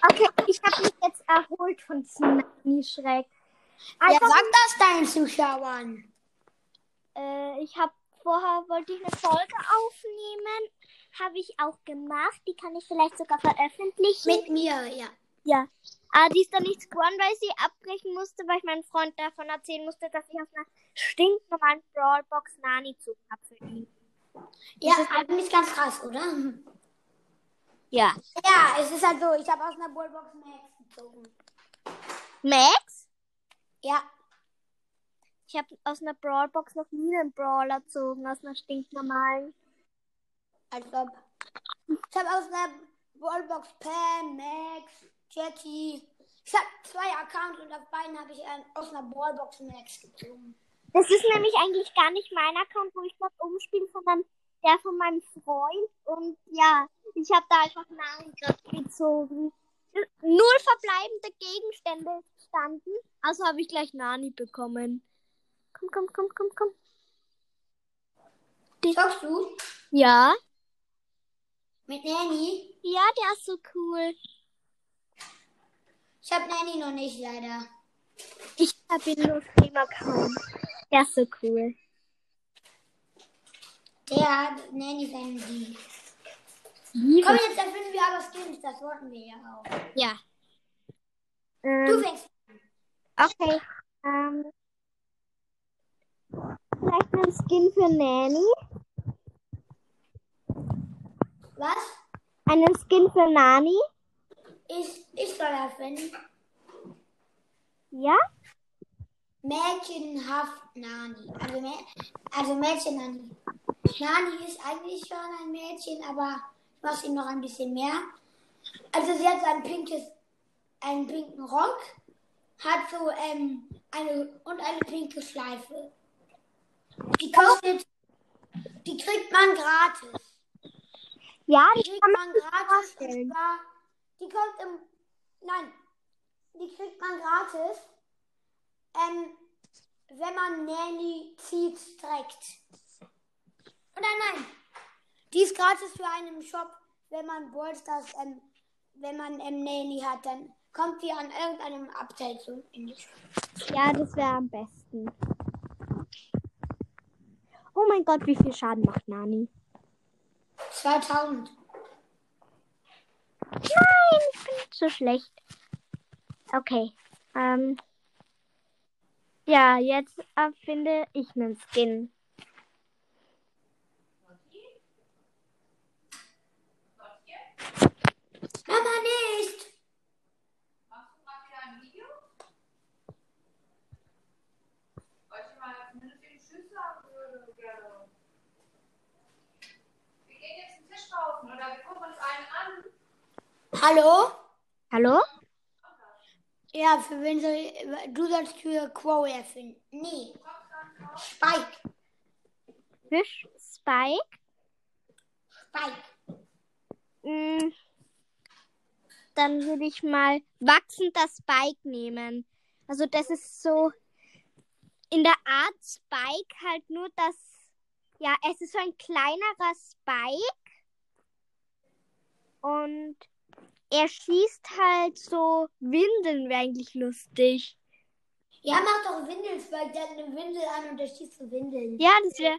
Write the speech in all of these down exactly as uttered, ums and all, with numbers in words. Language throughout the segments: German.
Okay, ich habe mich jetzt erholt von Tsunami-Schreck. Ja, sag das deinen Zuschauern. Äh, ich habe vorher wollte ich eine Folge aufnehmen, habe ich auch gemacht. Die kann ich vielleicht sogar veröffentlichen. Mit mir, ja. Ja. Aber die ist dann nicht geworden, weil sie abbrechen musste, weil ich meinem Freund davon erzählen musste, dass ich auf einer stinknormalen Brawlbox Nani gezogen habe für ihn. Ja, eigentlich ganz krass, oder? Ja. Ja, es ist halt so, ich habe aus einer Brawlbox Max gezogen. Max? Ja. Ich habe aus einer Brawlbox noch nie einen Brawler gezogen, aus einer stinknormalen. Als ob. Ich habe aus einer Brawlbox Pam, Max, Jetty. Ich habe zwei Accounts und auf beiden habe ich ähm, aus einer Brawlbox Max gezogen. Das ist nämlich eigentlich gar nicht mein Account, wo ich das umspiele, sondern der von meinem Freund. Und ja, ich habe da einfach Nani gerade gezogen. Null verbleibende Gegenstände standen, also habe ich gleich Nani bekommen. Komm, komm, komm, komm, komm. Zockst du? Ja. Mit Nanny? Ja, der ist so cool. Ich habe Nanny noch nicht, leider. Ich habe ihn nur auf dem Account. Der ist so cool. Der hat Nanny seinen Sieg. Liebe. Komm, jetzt erfinden wir aber Skins, das wollten wir ja auch. Ja. Du Ähm, fängst. okay. Ähm, vielleicht einen Skin für Nanny. Was? Einen Skin für Nani. Ich, ich soll erfinden. Ja? Mädchenhaft Nani. Also, also Mädchen Nani. Nani ist eigentlich schon ein Mädchen, aber ich mache ihm noch ein bisschen mehr. Also sie hat so ein pinkes, einen pinken Rock, hat so ähm, eine und eine pinke Schleife. Die kostet, die kriegt man gratis. Ja, Die die kriegt kann man man sich gratis. vorstellen. Und zwar, die kommt im, nein, die kriegt man gratis, ähm, wenn man Nanny zieht, trägt. Oder nein, die ist gratis für einen im Shop, wenn man Ballstars, ähm, wenn man ähm, Nanny hat, dann kommt die an irgendeinem Update so in die Shop. Ja, das wäre am besten. Oh mein Gott, wie viel Schaden macht Nani? zweitausend. Nein, ich bin nicht so schlecht. Okay. Ähm. Ja, jetzt erfinde ich einen Skin. Mama, nicht! Machst du mal wieder ein Video? Weil ich mal zumindest den Schiss haben würde, gerne. Wir gehen jetzt einen Tisch kaufen oder wir gucken uns einen an. Hallo? Hallo? Ja, für wen soll ich, du sollst für Quo erfinden. Nee. Spike. Fisch, Spike. Spike. Mm, dann würde ich mal wachsender Spike nehmen. Also das ist so in der Art Spike halt nur das, ja, es ist so ein kleinerer Spike und er schießt halt so Windeln, wäre eigentlich lustig. Ja, mach doch Windelspike, der hat eine Windel an und der schießt so Windeln. Ja, das wäre,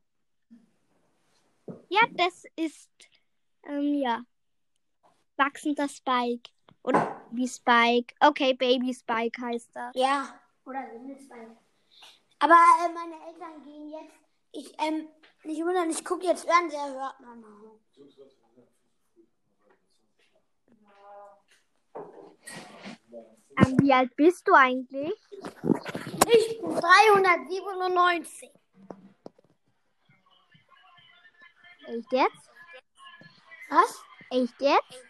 ja, das ist, ähm, ja, wachsender Spike. Oder Baby Spike. Okay, Baby Spike heißt das. Ja, oder Windelspike. Aber äh, meine Eltern gehen jetzt, ich, ähm, nicht wundern, ich gucke jetzt Fernseher, hört man noch. Ähm, wie alt bist du eigentlich? Ich bin dreihundertsiebenundneunzig. Echt jetzt? Was? Echt jetzt?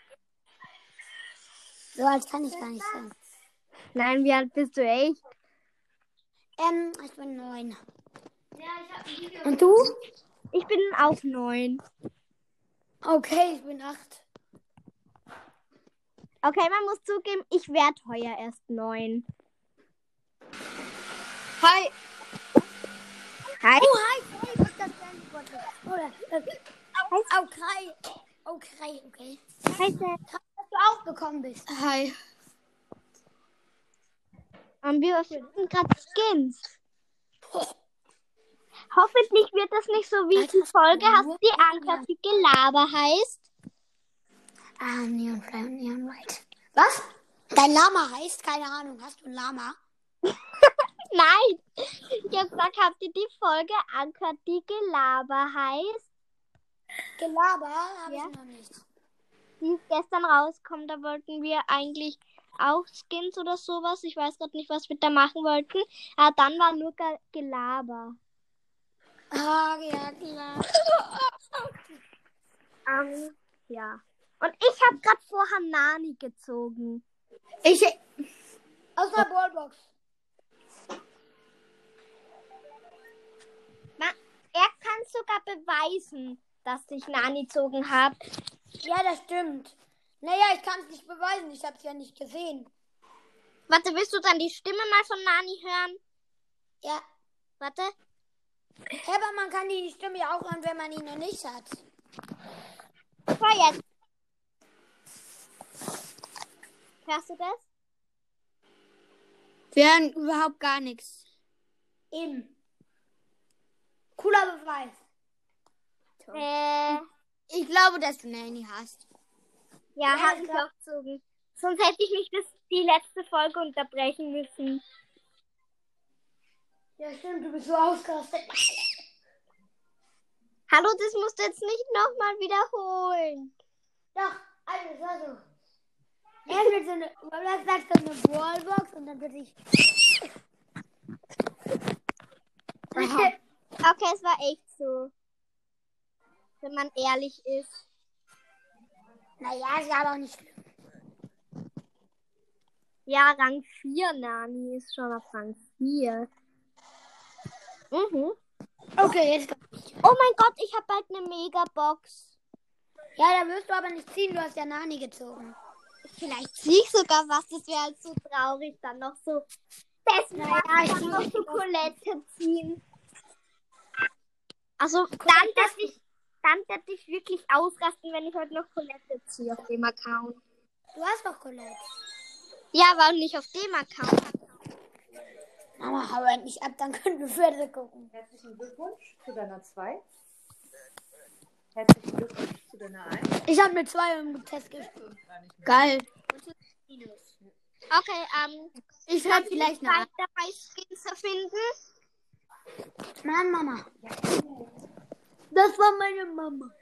So alt kann ich gar nicht sein. Nein, wie alt bist du echt? Ähm, ich bin neun. Und du? Ich bin auch neun. Okay, ich bin acht. Okay, man muss zugeben, ich werde heuer erst neun. Hi. Hi. Oh, hi. Sorry, was ist das denn? Oder, äh, okay. Okay, okay. Hi, Sam. Hast du auch auch gekommen bist. Hi. Und wir finden gerade Skins. Hoffentlich wird das nicht so wie Alter, die Folge, nur- hast die Anker, die Gelaber heißt. Ah, Neon Fly und Neon White. Was? Dein Lama heißt? Keine Ahnung. Hast du ein Lama? Nein, ich habe gesagt, habt ihr die Folge Anker, die Gelaber heißt? Gelaber habe Ja. ich noch nicht. Die ist gestern rausgekommen, da wollten wir eigentlich auch Skins oder sowas. Ich weiß gerade nicht, was wir da machen wollten. Aber dann war nur Ge Gelaber. Ah, ja, klar. Ähm, ja. Und ich habe gerade vorher Nani gezogen. Ich. Aus der Ballbox. Er kann sogar beweisen, dass ich Nani gezogen habe. Ja, das stimmt. Naja, ich kann es nicht beweisen. Ich habe es ja nicht gesehen. Warte, willst du dann die Stimme mal von Nani hören? Ja. Warte. Ja, aber man kann die Stimme ja auch hören, wenn man ihn noch nicht hat. Hör jetzt. Hörst du das? Wir hören überhaupt gar nichts. Eben. Cooler Beweis. Äh, Ich glaube, dass du Nanny hast. ja, Ja, habe ich ich glaub- auch gezogen. Sonst hätte ich nicht das, die letzte Folge unterbrechen müssen. Ja, stimmt, du bist so ausgerastet. Hallo, das musst du jetzt nicht nochmal wiederholen. Doch, also, das war so. Erst wird so eine, was sagst du, eine Wallbox und dann wird ich. Aha. Okay, es war echt so. Wenn man ehrlich ist. Naja, ist ja aber auch nicht schlimm. Ja, Rang vier, Nani ist schon auf Rang vier. Mhm. Okay, jetzt. Oh mein Gott, ich habe bald eine Megabox. Ja, da wirst du aber nicht ziehen, du hast ja Nani gezogen. Vielleicht ziehe ich sogar was, das wäre halt so traurig. Dann noch so. Das Naja, ich dann zieh noch nicht so auf. Colette ziehen. Also, dann werde ich, dann werd ich wirklich ausrasten, wenn ich heute noch Colette ziehe auf dem Account. Du hast doch Colette. Ja, aber nicht auf dem Account. Mama, hau endlich ab, dann können wir Pferde gucken. Herzlichen Glückwunsch zu deiner zwei. Herzlichen Glückwunsch zu deiner eins. Ich habe mit zwei im Test gespielt. Geil. Okay, ähm, Ich werde vielleicht eine. Zeit dabei, Skins zu finden. Mann, Mama. Das war meine Mama.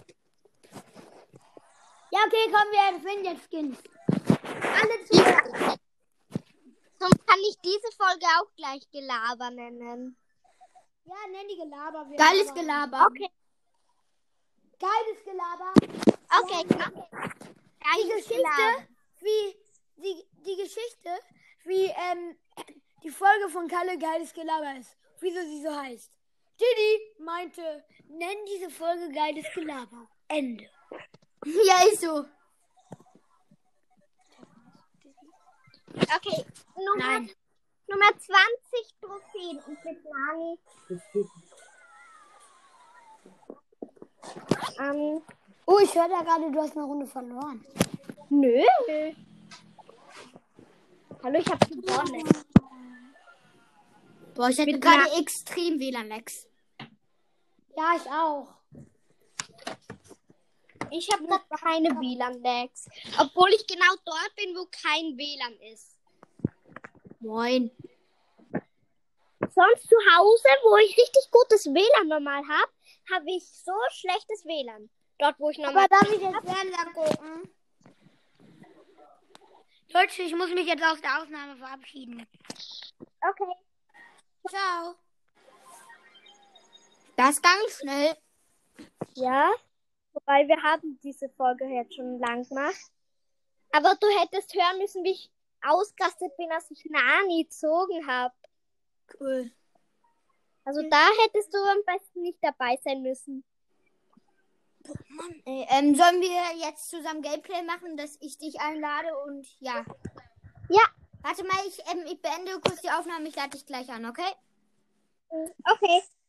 Ja, okay, komm, wir finden jetzt Skins. Alle zu. Sonst kann ich diese Folge auch gleich Gelaber nennen. Ja, nenn die Gelaber. wir Geiles labern. Gelaber. Okay, Geiles Gelaber. okay, klar. Die Geiles Geschichte, Gelaber. wie, die, die Geschichte, wie, ähm, die Folge von Kalle Geiles Gelaber ist. Wieso sie so heißt. Didi meinte, nenn diese Folge Geiles Gelaber. Ende. Ja, ist so. Okay, Nummer, Nein. Nummer zwanzig Trophäen und mit Nani. Ähm, Oh, ich höre da gerade, du hast eine Runde verloren. nö. Hallo, ich hab gewonnen. Boah, ich hatte Mit gerade extrem W L A N-Lags. Ja, ich auch. Ich habe da keine W L A N-Lags. Obwohl ich genau dort bin, wo kein W L A N ist. Moin. Sonst zu Hause, wo ich richtig gutes W L A N normal habe, habe ich so schlechtes W L A N. Dort, wo ich normal... Aber darf ich jetzt Fernseher gucken? Leute, ich muss mich jetzt aus der Aufnahme verabschieden. Okay. Ciao. Das ging schnell. Ja, wobei wir haben diese Folge jetzt schon lang gemacht. Aber du hättest hören müssen, wie ich ausgerastet bin, als ich Nani gezogen habe. Cool. Also da hättest du am besten nicht dabei sein müssen. Mann, ey, ähm, sollen wir jetzt zusammen Gameplay machen, dass ich dich einlade und ja. Ja. Warte mal, ich, ähm, ich beende kurz die Aufnahme, ich lade dich gleich an, okay? Okay.